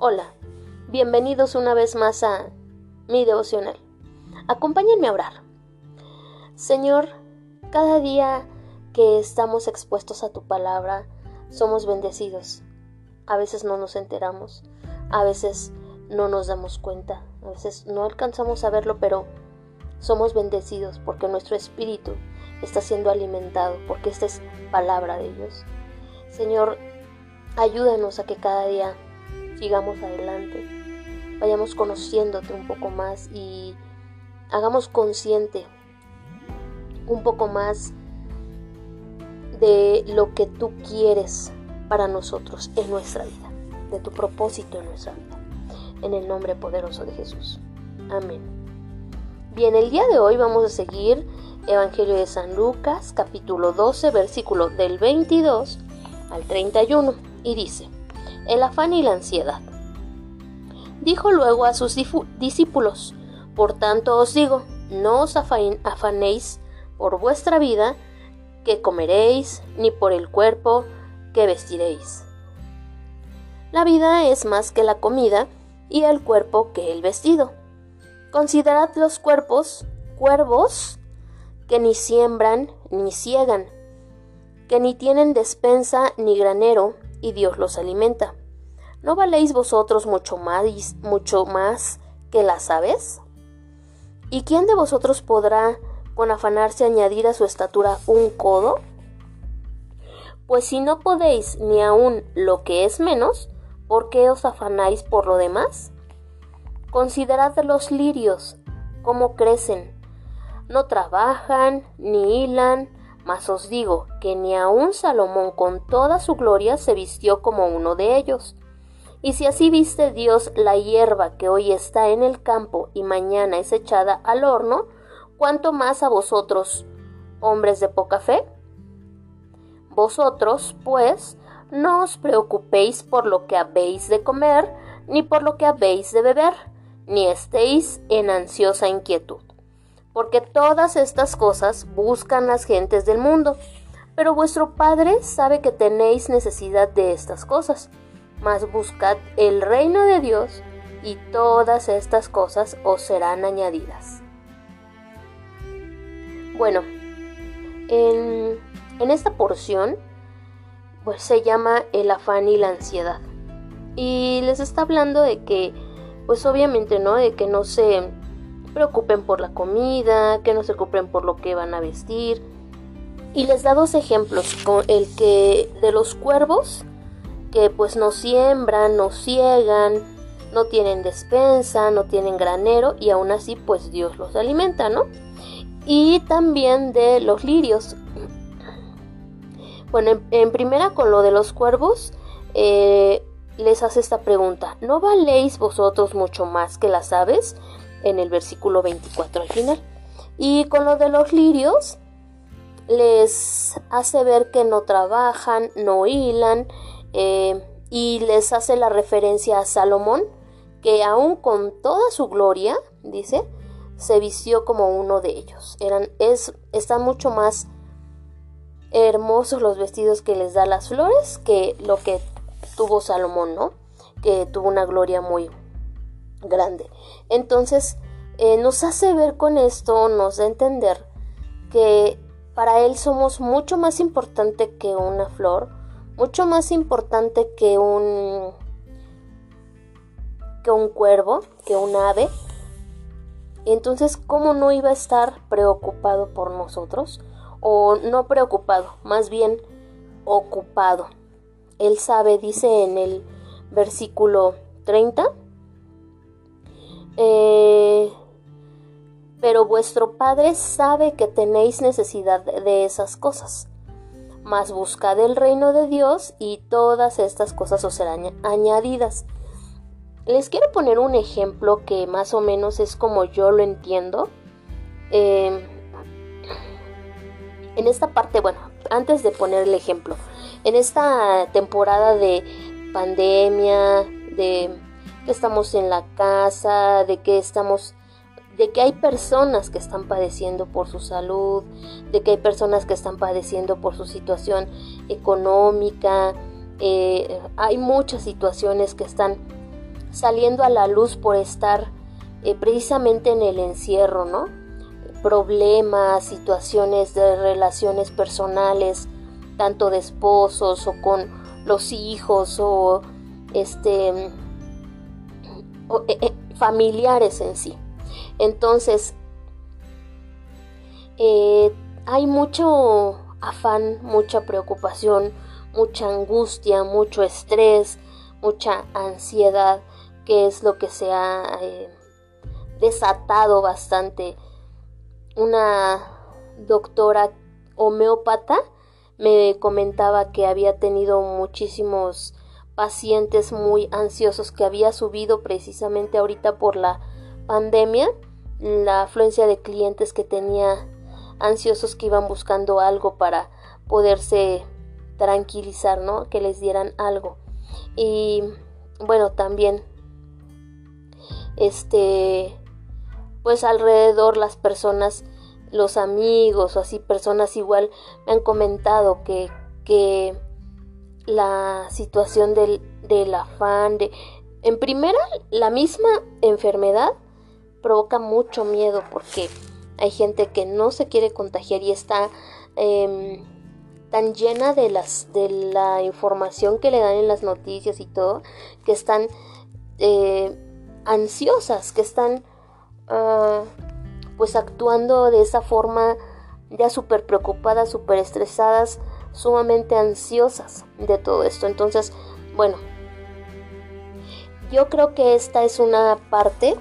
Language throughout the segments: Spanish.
Hola, bienvenidos una vez más a mi devocional. Acompáñenme a orar. Señor, cada día que estamos expuestos a tu palabra, somos bendecidos. A veces no nos enteramos, a veces no nos damos cuenta, a veces no alcanzamos a verlo, pero somos bendecidos porque nuestro espíritu está siendo alimentado, porque esta es palabra de Dios. Señor, ayúdanos a que cada día sigamos adelante, vayamos conociéndote un poco más y hagamos consciente un poco más de lo que tú quieres para nosotros en nuestra vida, de tu propósito en nuestra vida, en el nombre poderoso de Jesús. Amén. Bien, el día de hoy vamos a seguir Evangelio de San Lucas, capítulo 12, versículo del 22 al 31, y dice: el afán y la ansiedad. Dijo luego a sus discípulos: por tanto os digo, no os afanéis por vuestra vida, que comeréis, ni por el cuerpo, que vestiréis. La vida es más que la comida, y el cuerpo que el vestido. Considerad los cuervos, que ni siembran ni siegan, que ni tienen despensa ni granero, y Dios los alimenta. ¿No valéis vosotros mucho más que las aves? ¿Y quién de vosotros podrá con afanarse añadir a su estatura un codo? Pues si no podéis ni aun lo que es menos, ¿por qué os afanáis por lo demás? Considerad los lirios, cómo crecen. No trabajan ni hilan, mas os digo que ni aun Salomón con toda su gloria se vistió como uno de ellos. Y si así viste Dios la hierba que hoy está en el campo y mañana es echada al horno, ¿cuánto más a vosotros, hombres de poca fe? Vosotros, pues, no os preocupéis por lo que habéis de comer, ni por lo que habéis de beber, ni estéis en ansiosa inquietud. Porque todas estas cosas buscan las gentes del mundo, pero vuestro Padre sabe que tenéis necesidad de estas cosas. Mas buscad el reino de Dios, y todas estas cosas os serán añadidas. Bueno, en esta porción pues se llama el afán y la ansiedad. Y les está hablando de que, pues obviamente, ¿no? De que no se preocupen por la comida, que no se preocupen por lo que van a vestir. Y les da dos ejemplos, con el que de los cuervos, que pues no siembran, no siegan, no tienen despensa, no tienen granero, y aún así pues Dios los alimenta, ¿no? Y también de los lirios. Bueno, en primera, con lo de los cuervos, les hace esta pregunta: ¿no valéis vosotros mucho más que las aves? En el versículo 24 al final. Y con lo de los lirios, les hace ver que no trabajan, no hilan, y les hace la referencia a Salomón, que aún con toda su gloria, dice, se vistió como uno de ellos. Están mucho más hermosos los vestidos que les da las flores que lo que tuvo Salomón, ¿no? Que tuvo una gloria muy grande. Entonces, nos hace ver con esto, nos da a entender que para él somos mucho más importante que una flor, mucho más importante que un cuervo, que un ave. Entonces, ¿cómo no iba a estar preocupado por nosotros? O no preocupado, más bien ocupado. Él sabe, dice en el versículo 30, pero vuestro Padre sabe que tenéis necesidad de esas cosas. Mas buscad el reino de Dios, y todas estas cosas os serán añadidas. Les quiero poner un ejemplo que más o menos es como yo lo entiendo. En esta parte, bueno, antes de poner el ejemplo, en esta temporada de pandemia, de que estamos en la casa, de que hay personas que están padeciendo por su salud, de que hay personas que están padeciendo por su situación económica, hay muchas situaciones que están saliendo a la luz por estar precisamente en el encierro, ¿no? Problemas, situaciones de relaciones personales, tanto de esposos o con los hijos o familiares en sí. Entonces, hay mucho afán, mucha preocupación, mucha angustia, mucho estrés, mucha ansiedad, que es lo que se ha desatado bastante. Una doctora homeópata me comentaba que había tenido muchísimos pacientes muy ansiosos, que había subido precisamente ahorita por la pandemia la afluencia de clientes que tenía ansiosos, que iban buscando algo para poderse tranquilizar, ¿no? Que les dieran algo. Y bueno, también pues alrededor las personas, los amigos o así, personas igual me han comentado que la situación del afán, en primera, la misma enfermedad provoca mucho miedo, porque hay gente que no se quiere contagiar y está tan llena de la información que le dan en las noticias y todo, que están ansiosas, que están pues actuando de esa forma, ya súper preocupadas, súper estresadas, sumamente ansiosas de todo esto. Entonces, bueno, yo creo que esta es una parte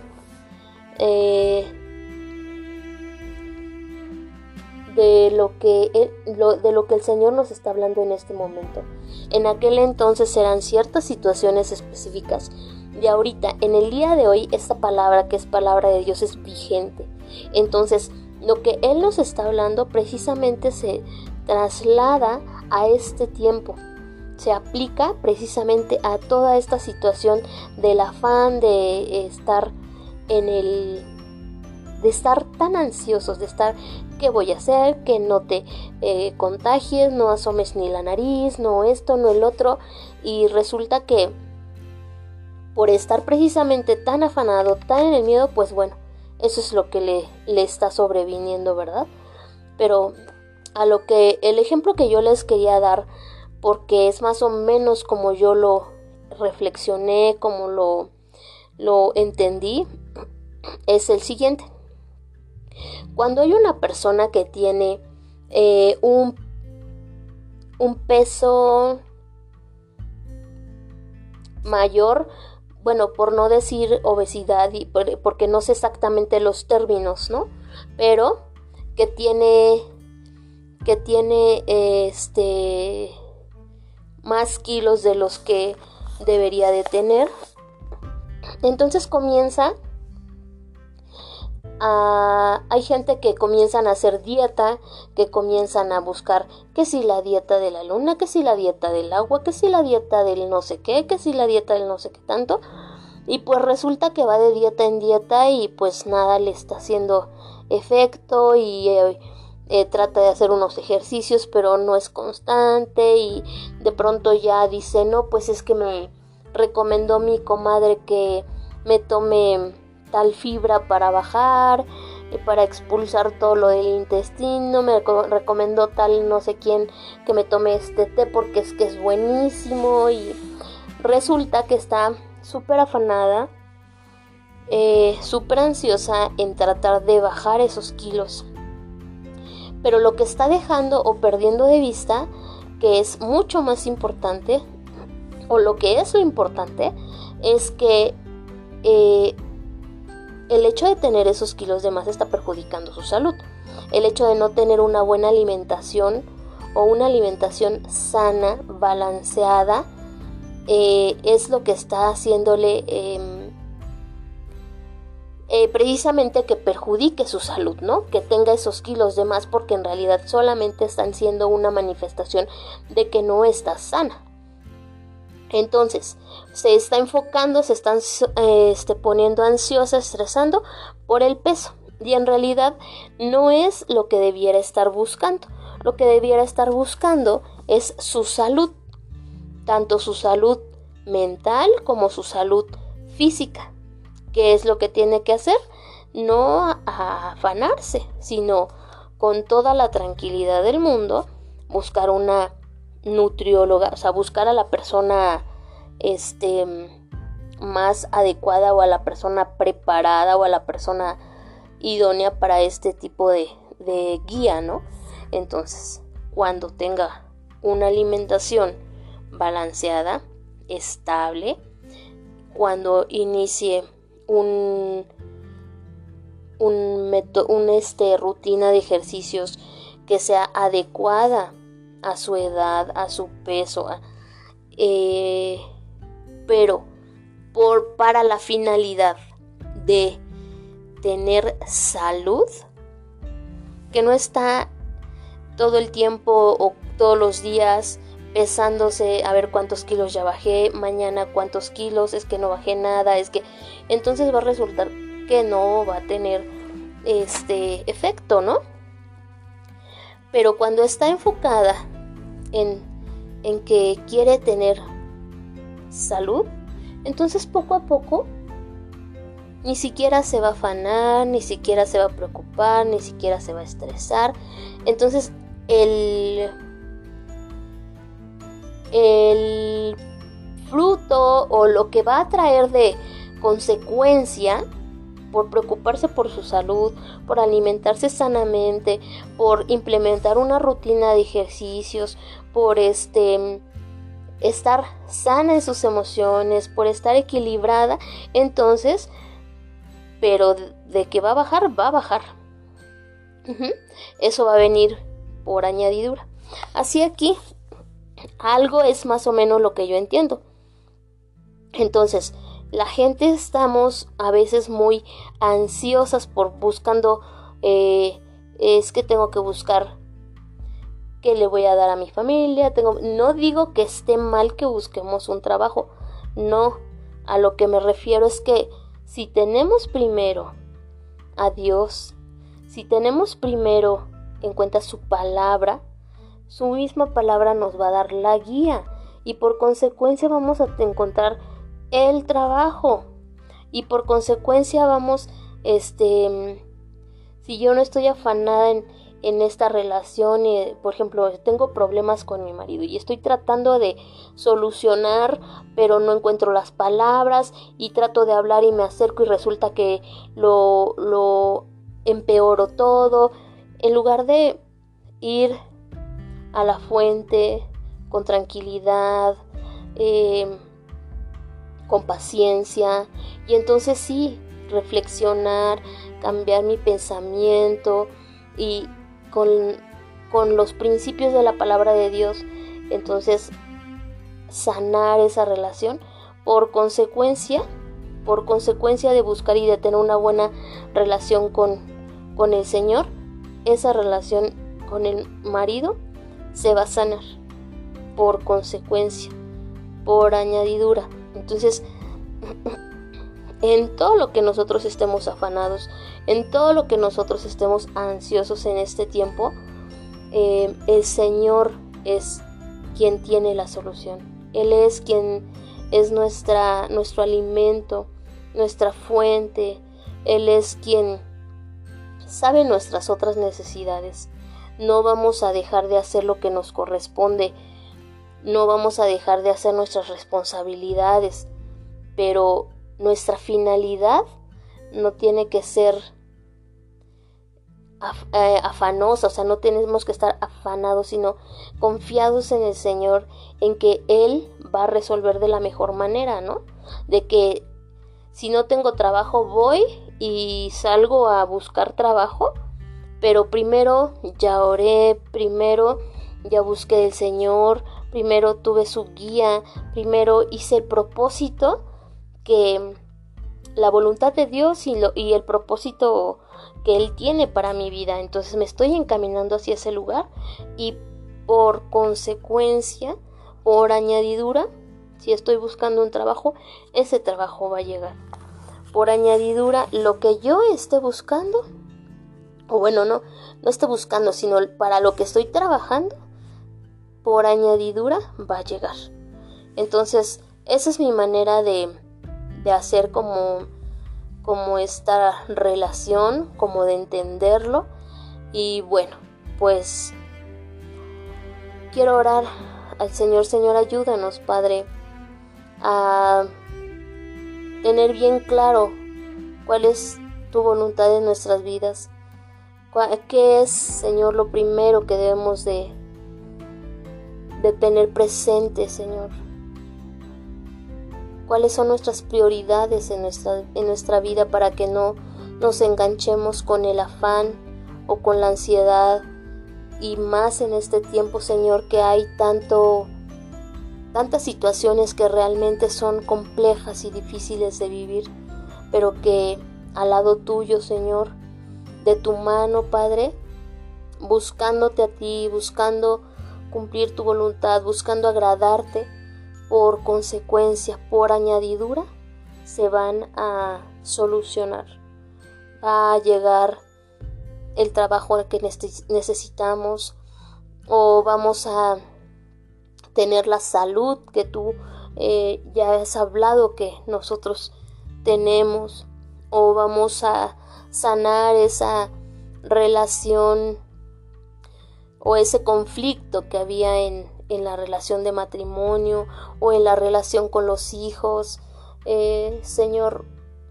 de lo que el Señor nos está hablando en este momento. En aquel entonces eran ciertas situaciones específicas, y ahorita, en el día de hoy, esta palabra, que es palabra de Dios, es vigente. Entonces, lo que Él nos está hablando precisamente se traslada a este tiempo, se aplica precisamente a toda esta situación del afán de estar de estar tan ansiosos, de estar, ¿qué voy a hacer? Que no te contagies, no asomes ni la nariz, no esto, no el otro. Y resulta que por estar precisamente tan afanado, tan en el miedo, pues bueno, eso es lo que le está sobreviniendo, ¿verdad? Pero el ejemplo que yo les quería dar, porque es más o menos como yo lo reflexioné, como lo entendí, es el siguiente. Cuando hay una persona que tiene un peso mayor, bueno, por no decir obesidad, porque no sé exactamente los términos, ¿no? Pero que tiene más kilos de los que debería de tener. Entonces hay gente que comienzan a hacer dieta, que comienzan a buscar que si la dieta de la luna, que si la dieta del agua, que si la dieta del no sé qué, que si la dieta del no sé qué tanto, y pues resulta que va de dieta en dieta y pues nada le está haciendo efecto, y trata de hacer unos ejercicios pero no es constante, y de pronto ya dice, no, pues es que me recomendó mi comadre que me tome tal fibra para bajar, para expulsar todo lo del intestino, me recomendó tal no sé quién que me tome este té porque es que es buenísimo, y resulta que está súper afanada, súper ansiosa en tratar de bajar esos kilos, pero lo que está dejando o perdiendo de vista, que es mucho más importante, o lo que es lo importante, es que el hecho de tener esos kilos de más está perjudicando su salud. El hecho de no tener una buena alimentación o una alimentación sana, balanceada, es lo que está haciéndole precisamente que perjudique su salud, ¿no? Que tenga esos kilos de más, porque en realidad solamente están siendo una manifestación de que no está sana. Entonces, se está enfocando, se están poniendo ansiosa, estresando por el peso. Y en realidad no es lo que debiera estar buscando. Lo que debiera estar buscando es su salud. Tanto su salud mental como su salud física. ¿Qué es lo que tiene que hacer? No a afanarse, sino con toda la tranquilidad del mundo, buscar una nutrióloga, o sea, buscar a la persona más adecuada, o a la persona preparada, o a la persona idónea para este tipo de guía, ¿no? Entonces, cuando tenga una alimentación balanceada, estable, cuando inicie rutina de ejercicios que sea adecuada a su edad, a su peso, pero para la finalidad de tener salud, que no está todo el tiempo o todos los días pesándose a ver cuántos kilos ya bajé, mañana cuántos kilos, es que no bajé nada, es que entonces va a resultar que no va a tener efecto, ¿no? Pero cuando está enfocada en que quiere tener salud, entonces poco a poco ni siquiera se va a afanar, ni siquiera se va a preocupar, ni siquiera se va a estresar. Entonces el fruto o lo que va a traer de consecuencia por preocuparse por su salud, por alimentarse sanamente, por implementar una rutina de ejercicios, por estar sana en sus emociones, por estar equilibrada, entonces, pero de que va a bajar, va a bajar. Eso va a venir por añadidura. Así aquí, algo es más o menos lo que yo entiendo. Entonces, la gente estamos a veces muy ansiosas por buscando, es que tengo que buscar qué le voy a dar a mi familia. No digo que esté mal que busquemos un trabajo, no, a lo que me refiero es que si tenemos primero a Dios, si tenemos primero en cuenta su palabra, su misma palabra nos va a dar la guía y por consecuencia vamos a encontrar el trabajo y por consecuencia vamos, si yo no estoy afanada en esta relación, por ejemplo, tengo problemas con mi marido y estoy tratando de solucionar, pero no encuentro las palabras y trato de hablar y me acerco y resulta que lo empeoro todo, en lugar de ir a la fuente con tranquilidad, con paciencia, y entonces sí, reflexionar, cambiar mi pensamiento y con los principios de la palabra de Dios, entonces sanar esa relación por consecuencia de buscar y de tener una buena relación con el Señor. Esa relación con el marido se va a sanar por consecuencia, por añadidura. Entonces, en todo lo que nosotros estemos afanados, en todo lo que nosotros estemos ansiosos en este tiempo, el Señor es quien tiene la solución. Él es quien es nuestro alimento, nuestra fuente. Él es quien sabe nuestras otras necesidades. No vamos a dejar de hacer lo que nos corresponde, no vamos a dejar de hacer nuestras responsabilidades, pero nuestra finalidad no tiene que ser afanosa, o sea, no tenemos que estar afanados, sino confiados en el Señor, en que Él va a resolver de la mejor manera, ¿no? De que si no tengo trabajo voy y salgo a buscar trabajo, pero primero ya oré, primero ya busqué del Señor, primero tuve su guía, primero hice el propósito, que la voluntad de Dios y el propósito que Él tiene para mi vida. Entonces me estoy encaminando hacia ese lugar y por consecuencia, por añadidura, si estoy buscando un trabajo, ese trabajo va a llegar. Por añadidura, lo que yo esté buscando, o bueno, no esté buscando, sino para lo que estoy trabajando, por añadidura va a llegar. Entonces, esa es mi manera de de hacer como esta relación, como de entenderlo. Y bueno, pues quiero orar al Señor. Señor, ayúdanos, Padre, a tener bien claro cuál es tu voluntad en nuestras vidas. ¿Qué es, Señor, lo primero que debemos de tener presente, Señor? ¿Cuáles son nuestras prioridades en nuestra vida para que no nos enganchemos con el afán o con la ansiedad? Y más en este tiempo, Señor, que hay tantas situaciones que realmente son complejas y difíciles de vivir, pero que al lado tuyo, Señor, de tu mano, Padre, buscándote a ti, buscando cumplir tu voluntad, buscando agradarte, por consecuencia, por añadidura, se van a solucionar. Va a llegar el trabajo que necesitamos, o vamos a tener la salud que tú ya has hablado que nosotros tenemos, o vamos a sanar esa relación o ese conflicto que había en la relación de matrimonio o en la relación con los hijos. Señor,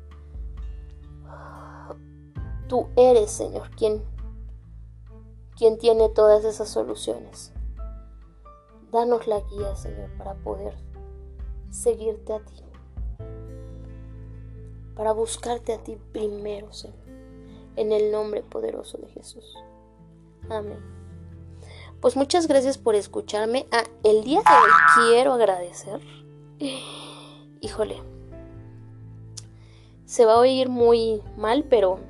tú eres, Señor, quien tiene todas esas soluciones. Danos la guía, Señor, para poder seguirte a ti, para buscarte a ti primero, Señor, en el nombre poderoso de Jesús. Amén. Pues muchas gracias por escucharme. El día de hoy quiero agradecer. Híjole, se va a oír muy mal, pero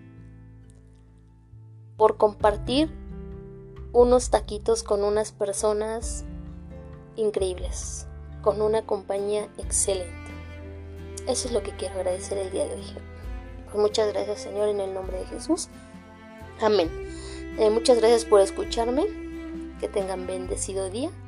por compartir unos taquitos con unas personas increíbles, con una compañía excelente. Eso es lo que quiero agradecer el día de hoy. Pues muchas gracias, Señor, en el nombre de Jesús. Amén. Muchas gracias por escucharme. Que tengan bendecido día.